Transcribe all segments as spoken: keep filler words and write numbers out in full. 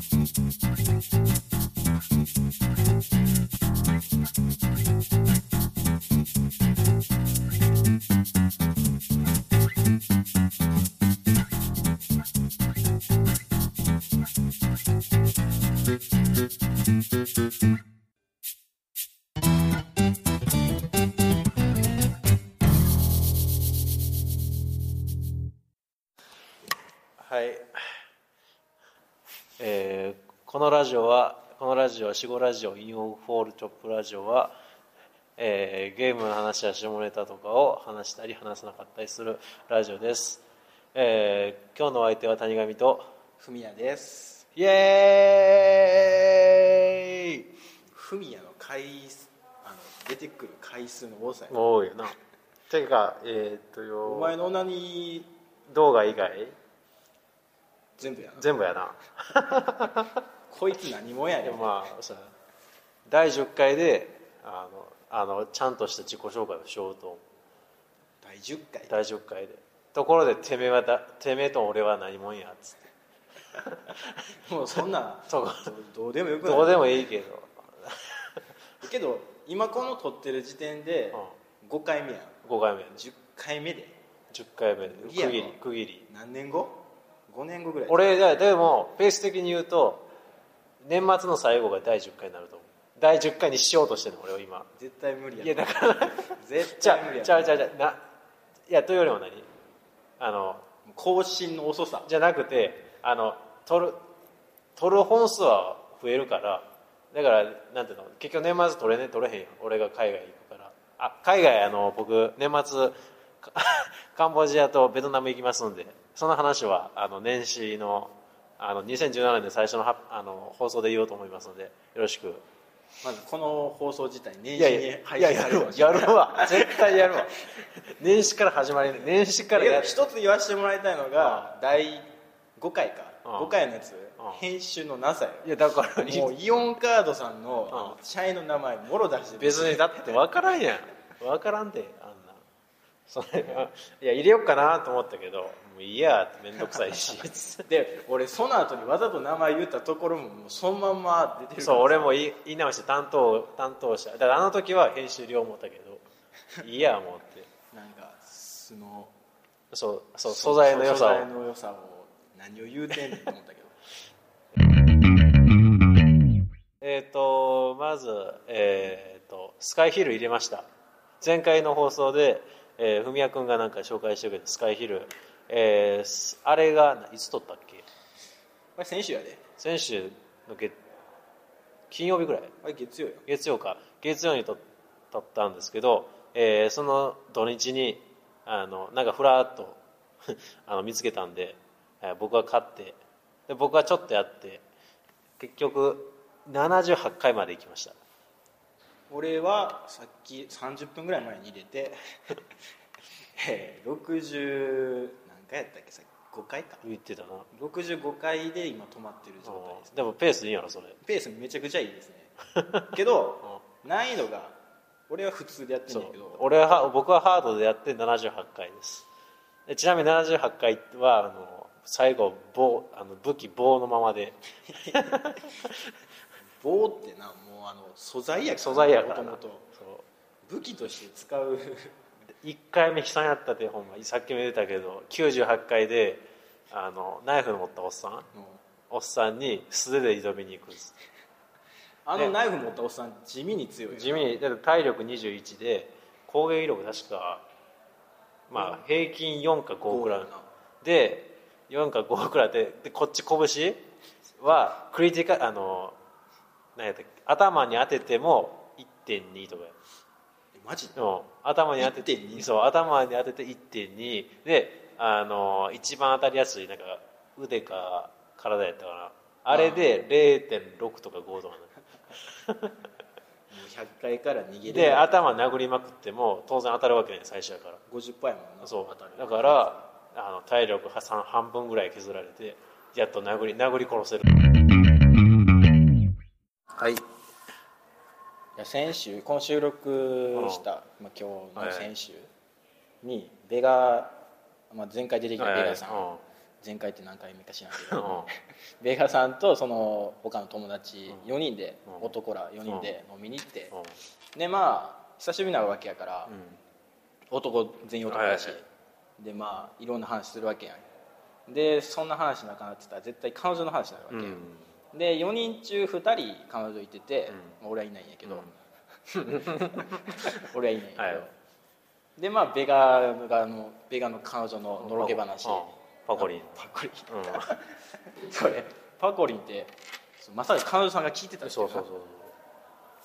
はい、えー、このラジオはこのラジオは死後ラジオインオフォールチョップラジオは、えー、ゲームの話や下ネタとかを話したり話さなかったりするラジオです、えー、今日のお相手は谷上とふみやです。 イエーイ。 ふみやの回あの出てくる回数の多さや多いよな。てかえー、っとよお前のオナニー動画以外全部やな。 全部やなこいつ何もやねん。 まあさだいじゅっかいであのあのちゃんとした自己紹介をしようと思う。 だいじゅっかいだいじゅっかいでところでてめえはだてめえと俺は何もんやっつってもうそんなど, どうでもよくない。 どうでもいいけどけど今この撮ってる時点でごかいめやん。 ごかいめじゅっかいめでじゅっかいめで区切り区切り何年後ごねんごぐらい。 俺でもペース的に言うと年末の最後がだいじゅっかいになると思う。だいじゅっかいにしようとしてるの俺は今。 絶対無理や。 いやだから絶対無理や。 じゃあじゃあじゃあないやというよりも何あの更新の遅さじゃなくてあの撮る撮る本数は増えるからだからなんていうの結局年末撮れね撮れへんよ俺が海外行くから。あ海外あの僕年末カンボジアとベトナム行きますんでその話はあの年始のあのにせんじゅうななねんで最初のはあの放送で言おうと思いますのでよろしく。 まずこの放送自体年始に配信されるわ。 やるわ絶対やるわ年始から始まり年始からやる。 一つ言わせてもらいたいのがだいごかいかごかいのやつ編集のなさよ。 いやだからもうイオンカードさんの社員の名前もろ出してる。 別にだって分からんやん分からんであんなそれいや入れようかなと思ったけどもういいやって面倒くさいしで俺その後にわざと名前言ったところももうそのまんま出てるから。 そう俺も言い言い直して担当担当者だからあの時は編集料思ったけどいいや思ってなんか素のそうそう素材の良さを素材の良さを何を言うてんねんと思ったけどえっとまずえっ、ー、とスカイヒル入れました。前回の放送でえー、文也君がなんか紹介してくれたスカイヒル、えー、あれがいつ撮ったっけ。 これ先週やで。 先週の月金曜日ぐらい。 あれ月曜よ。 月曜か月曜に撮ったんですけど、えー、その土日にあのなんかふらっとあの見つけたんで、えー、僕は買ってで僕はちょっとやって結局ななじゅうはちかいまで行きました。 俺はさっきさんじゅっぷんぐらい前に入れてろくじゅう何回やったっけさっきごかいか言ってたな。 ろくじゅうごかいで今止まってる状態です。 でもペースいいやろそれ。 ペースめちゃくちゃいいですねけど難易度が俺は普通でやってるんだけど俺は僕はハードでやってななじゅうはちかいです。でちなみにななじゅうはちかいはあの最後棒あの武器棒のままで棒ってなもうあの素材やから素材やからな。 元々武器として使ういっかいめ悲惨やったってほんまさっきも言ったけどきゅうじゅうはちかいであのナイフ持ったおっさん、うん、おっさんに素手で挑みに行くんです。 あのナイフ持ったおっさん地味に強いよ。 地味にだって体力にじゅういちで攻撃力確かまあ平均よんかごくらいでよんかごくらいで、でこっち拳はクリティカルあの何やったっけ頭に当てても いってんに とかや。 マジでも頭に当てていってんにそう頭に当てて いってんに であの一番当たりやすいなんか腕か体やったかなあれで れいてんろく とかごとかもうひゃっかいから逃げるで頭殴りまくっても当然当たるわけない最初やからごじゅっパーセント やもんな。 そう当たるだからあの体力半分ぐらい削られてやっと殴り殴り殺せる。 はい。いや先週この収録した、まあ、今日の先週にベガ、まあ、前回出てきたベガさん前回って何回目か知らんけどベガさんとその他の友達よにんで、うん、男らよにんで飲みに行って、うん、でまあ久しぶりになるわけやから、うん、男全員男だし、はいはい、でまあいろんな話するわけやん。でそんな話なかなって言ったら絶対彼女の話になるわけやん、うん、でよにん中ふたり彼女いてて、うん、俺はいないんやけど、うん、俺はいないんやけど、はい、でまあベガがのベガの彼女ののろけ話、うん、 パコリンパコリン、うん、それパコリンってまさか彼女さんが聞いてたんですよ。そうそうそう。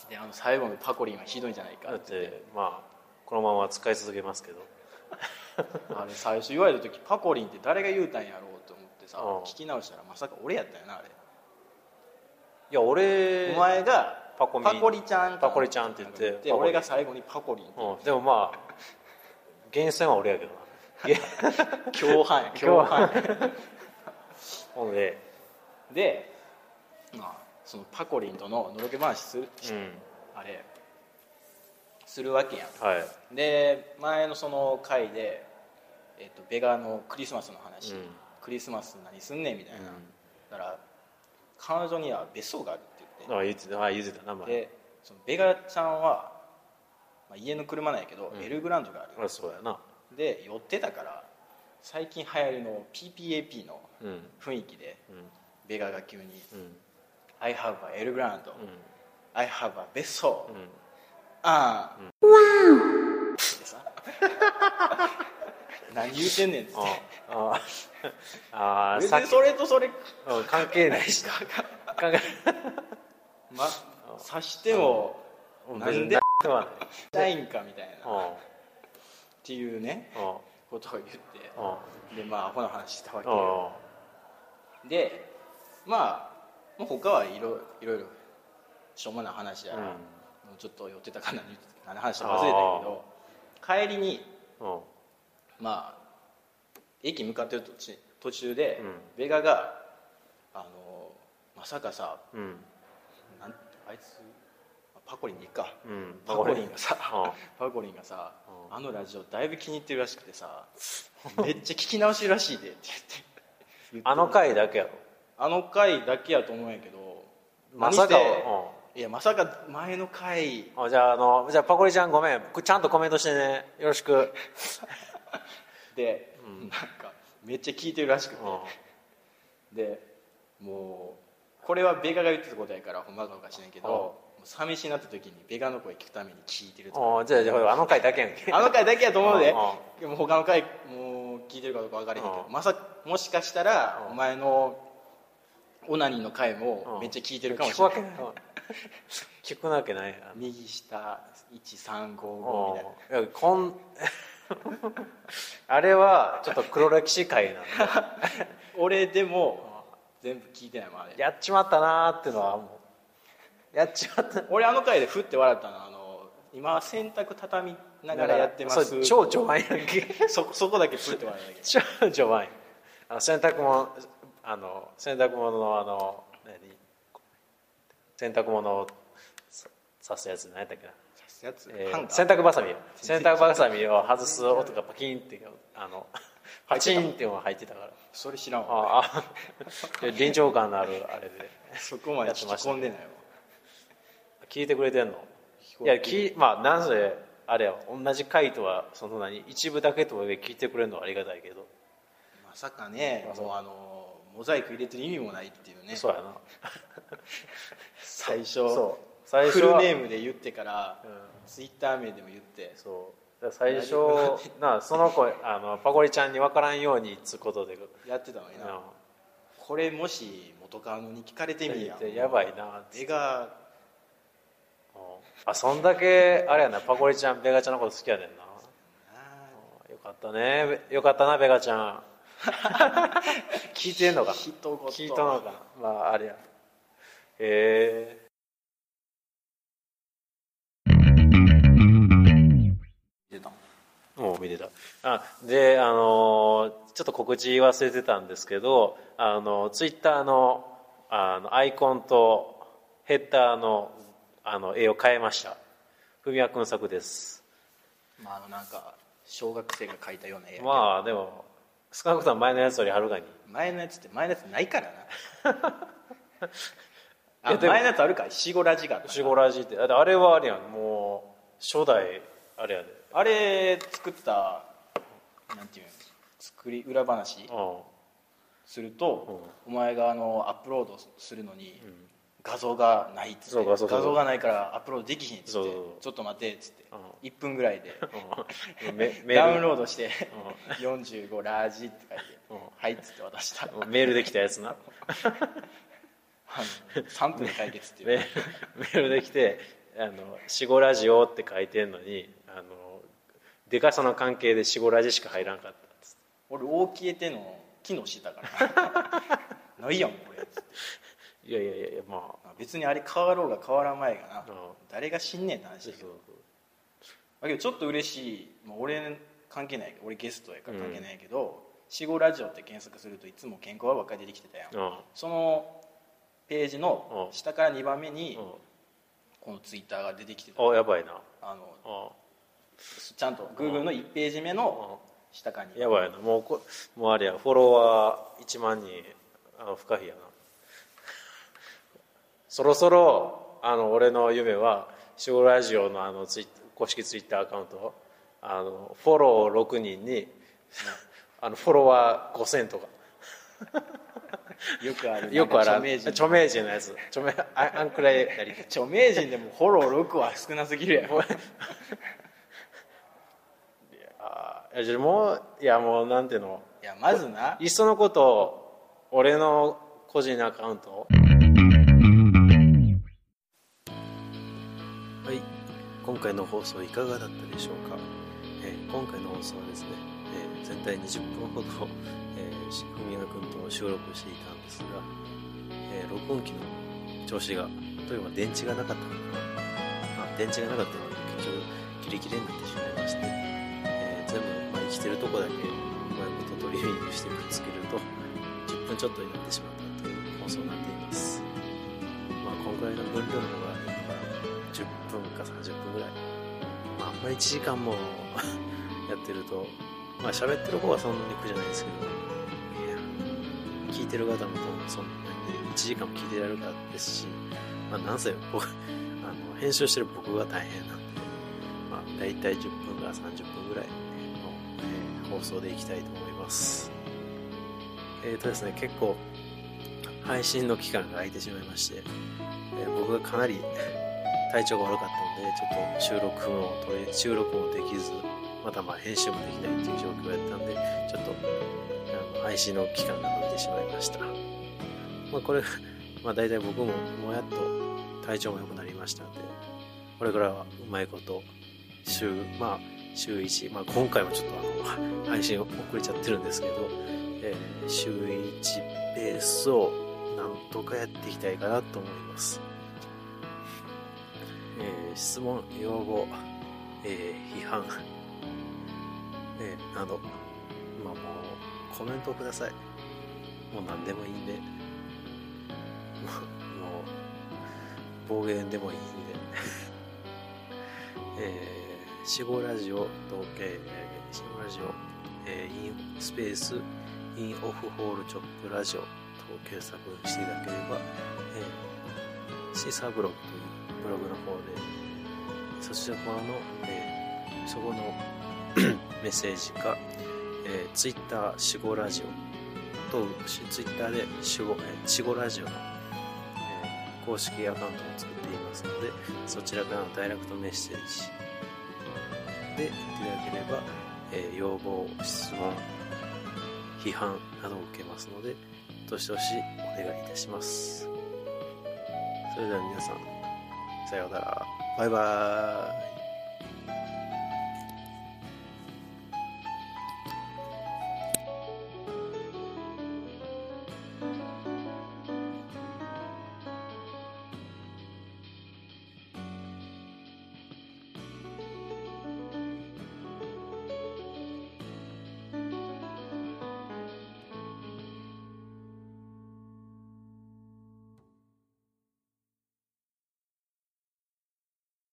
であの最後のパコリンはひどいんじゃないかって。だってまあこのまま使い続けますけどあれ最初言われた時パコリンって誰が言うたんやろうと思ってさ、うん、聞き直したらまさか俺やったよなあれ。 いや俺お前がパコミパコリちゃんパコリちゃんって言ってで俺が最後にパコリンって、 うん、でもまあ厳選は俺やけどな共犯や共犯ほんででまあそのパコリンとののろけ話する、うん、あれするわけやん、はい、で前のその回で、えっと、ベガのクリスマスの話、うん、クリスマス何すんねんみたいな、うん、だから彼女には別荘があるって言って、 ああ言ってた、ああ言ってた名前でそのベガちゃんは、まあ、家の車なんやけど、うん、エルグランドがある、 あそうやなで寄ってたから最近流行りの ピーピーエーピー の雰囲気で、うん、ベガが急に、うん、I have a エルグランド、うん、I have a 別荘、うん、ああ、うん、ワーってさ何言うてんねんってああ別にそれとそれ関係ないし関係まさしてもなんでしたいんかみたいなっていうねことを言ってでまあアホな話したわけよ。でまあもう他はいろいろいろしょうもない話やら、うん、もうちょっと寄ってたかな何話したか忘れたけど帰りにまあ駅向かってる途中で、うん、ベガがあのまさかさ、うん、なんあいつパコリンでいいか、うん、パコリンがさパコリンがさあのラジオだいぶ気に入ってるらしくてさめっちゃ聞き直しらしいでって言ってあの回だけやろあの回だけやと思うんやけどまさか、 いやまさか前の回あじゃああのじゃあパコリちゃんごめんちゃんとコメントしてねよろしくで、うん、なんかめっちゃ聞いてるらしくて、うん、でもうこれはベガが言ってたことやからほんまかもしれんけど、うん、寂しになった時にベガの声聞くために聞いてるとあじゃあじゃああの回だけやんけあの回だけやと思うで、でも他の回もう聞いてるかどうか分からへんけど、まさもしかしたらお前のオナニーの回もめっちゃ聞いてるかもしれない、うん、 聞くわけない右下いちさんごごみたいな。いやこんあれはちょっと黒歴史回なんだ俺でも全部聞いてないもんあれやっちまったなーっていうのはもうやっちまった俺あの回でふって笑ったのあの今洗濯畳みながらやってますそ超序盤やんけそ, そこだけふって笑ったけ超序盤やあの洗濯物あの洗濯物のあの何洗濯物を刺すやつ何やったっけなやつ、 えー、洗濯バサミ洗濯バサミを外す音がパキンってあのパチンっていうのが入ってたからそれ知らんわああ臨場感のあるあれでそこまで聞き込んでないわ聞いてくれてんのいやきまあなんせあれや同じ回とはその何一部だけとはいえ聞いてくれるのはありがたいけどまさかねもうあのモザイク入れてる意味もないっていうねそうやな最初そう最初フルネームで言ってから、うん、ツイッター名でも言ってそう最初なその子あのパコリちゃんに分からんようにつことでやってたのにな、うん、これもし元カノに聞かれてみややばいなベガあそんだけあれやなパコリちゃんベガちゃんのこと好きやねんなよかったねよかったなベガちゃん聞いてんのか聞いとんのかまああれやへえもう見てたあであのちょっと告知忘れてたんですけどあのツイッターのあのアイコンとヘッダーのあの絵を変えました文也君作ですまああのなんか小学生が描いたような絵まあでも少なくとも前のやつよりはるかに。 前のやつって前のやつないからなあ、前のやつあるかい、シゴラジがあった。 シゴラジって、あれはあれやん、もう初代あれやで。 あれ作ったなんていうの、作り裏話すると、うん、お前があのアップロードするのに、うん、画像がないっつって、画像がないからアップロードできひんっつって、そうそうそう、ちょっと待てっつって、うん、いっぷんぐらいでダウンロードしてよんじゅうごラージって書いて、うん、はいっつって渡したメールできたやつなさんぷんで解決っていうメールできて、あのシゴラジオって書いてんのに、あのでかさの関係でシゴラジしか入らんかったっつって、 俺大消えての機能してたからないやんこれっつって、 いやいやいや、まあ別にあれ変わろうが変わらん前がな、うん、誰が死んねんって話だけど、だけどちょっと嬉しい、まあ、俺関係ない俺ゲストやから関係ないけど、うん、シゴラジオって検索するといつも健康はばっかり出てきてたやん、うん、そのページの下からにばんめにこのツイッターが出てきてた。 あ、やばいな。 あのちゃんと Google のいちページ目の下からにばんめ。 やばいな。もうこもうあれや、フォロワーいちまんにん、あの不可避やな。そろそろあの俺の夢はシゴラジオのあのツイ公式ツイッターアカウント、あのフォローろくにんにあのフォロワーごせんとかよくある、 よくある著名人著名人のやつ、著名 あ, あんくらいやり著名人でもフォローろくは少なすぎるやろいやいやもういやもうなんていうの、 いやまずないっそのこと俺の個人のアカウント、はい、今回の放送いかがだったでしょうか。えー、今回の放送はですね、えー、全体にじゅっぷんほどふみやくんと収録していたんですが、えー、録音機の調子が、例えば電池がなかったのかな、あ電池がなかったので結局キレキレになってしまいまして、えー、全部、まあ、生きてるとこだけうまいことトリミングしてくっつけるとじゅっぷんちょっとになってしまったという放送になっています。まあこんくらいの分量の方がいいのかな、じゅっぷんかさんじゅっぷんぐらい、まあ、あんまりいちじかんもやってると、まあ喋ってる方はそんなに苦じゃないですけど、聞いてる方も多分そんなに、ね、いちじかんも聞いてられるかですし、まあ、なんせ僕あの編集してる僕が大変なんで、まあ、大体じゅっぷんからさんじゅっぷんぐらいの、えー、放送でいきたいと思います。えーとですね、結構配信の期間が空いてしまいまして、えー、僕がかなり体調が悪かったので、ちょっと収録も取れ収録もできず、またまあ編集もできないっていう状況やったんで、ちょっとあの配信の期間が伸びてしまいました。まあこれ、まあ大体僕ももうやっと体調も良くなりましたので、これからはうまいこと週、まあ週いち、まあ今回もちょっとあの配信遅れちゃってるんですけど、えー、週いちペースをなんとかやっていきたいかなと思います。えー、質問、要望、えー、批判、えー、など、まあもうコメントをください。もう何でもいいんで、もう暴言でもいいんで、えー、シゴラジオと、えー、シゴラジオ、えー、インスペースインオフホールチョップラジオと検索していただければ、えー、シーサーブログというブログの方で、そちら側の、えー、そこのメッセージか、えー、ツイッターシゴラジオとツイッターでシゴ、えー、シゴラジオの、えー、公式アカウントを作っていますので、そちらからのダイレクトメッセージでいただければ、えー、要望、質問、批判などを受けますので、どしどしお願いいたします。それでは皆さん、さようなら。バイバーイ。